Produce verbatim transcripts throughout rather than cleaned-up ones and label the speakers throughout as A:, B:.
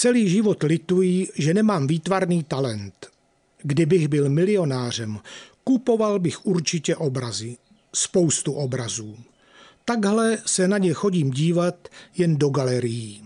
A: Celý život lituji, že nemám výtvarný talent. Kdybych byl milionářem, kupoval bych určitě obrazy. Spoustu obrazů. Takhle se na ně chodím dívat jen do galerií.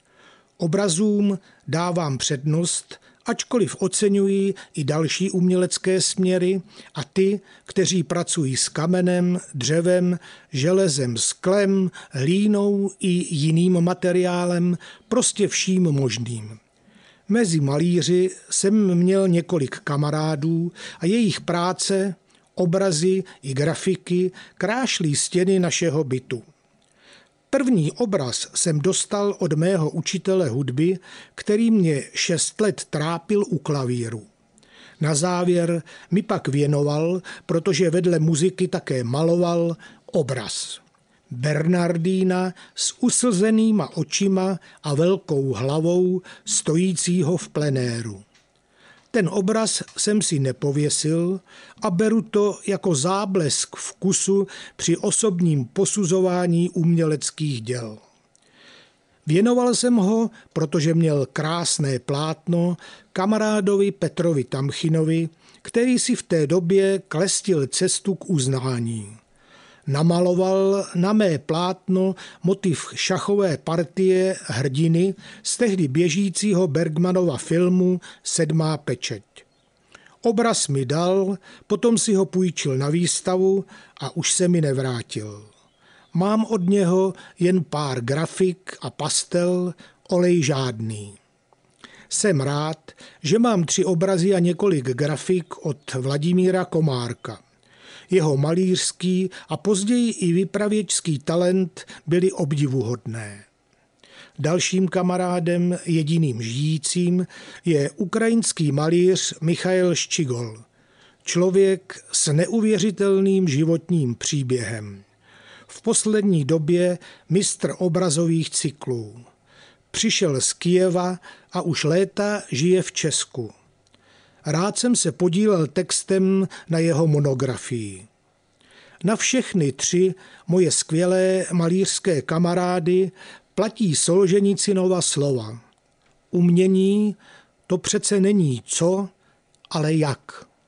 A: Obrazům dávám přednost, ačkoliv oceňuji i další umělecké směry a ty, kteří pracují s kamenem, dřevem, železem, sklem, hlínou i jiným materiálem, prostě vším možným. Mezi malíři jsem měl několik kamarádů a jejich práce, obrazy i grafiky krášlí stěny našeho bytu. První obraz jsem dostal od mého učitele hudby, který mě šest let trápil u klavíru. Na závěr mi pak věnoval, protože vedle muziky také maloval, obraz. Bernardína s uslzenýma očima a velkou hlavou stojícího v plenéru. Ten obraz jsem si nepověsil a beru to jako záblesk vkusu při osobním posuzování uměleckých děl. Věnoval jsem ho, protože měl krásné plátno, kamarádovi Petrovi Tamchinovi, který si v té době klestil cestu k uznání. Namaloval na mé plátno motiv šachové partie hrdiny z tehdy běžícího Bergmanova filmu Sedmá pečeť. Obraz mi dal, potom si ho půjčil na výstavu a už se mi nevrátil. Mám od něho jen pár grafik a pastel, olej žádný. Jsem rád, že mám tři obrazy a několik grafik od Vladimíra Komárka. Jeho malířský a později i vypravěčský talent byly obdivuhodné. Dalším kamarádem, jediným žijícím, je ukrajinský malíř Michail Ščigol. Člověk s neuvěřitelným životním příběhem. V poslední době mistr obrazových cyklů. Přišel z Kyjeva a už léta žije v Česku. Rád jsem se podílel textem na jeho monografii. Na všechny tři moje skvělé malířské kamarády platí Solženicynova slova. Umění to přece není co, ale jak.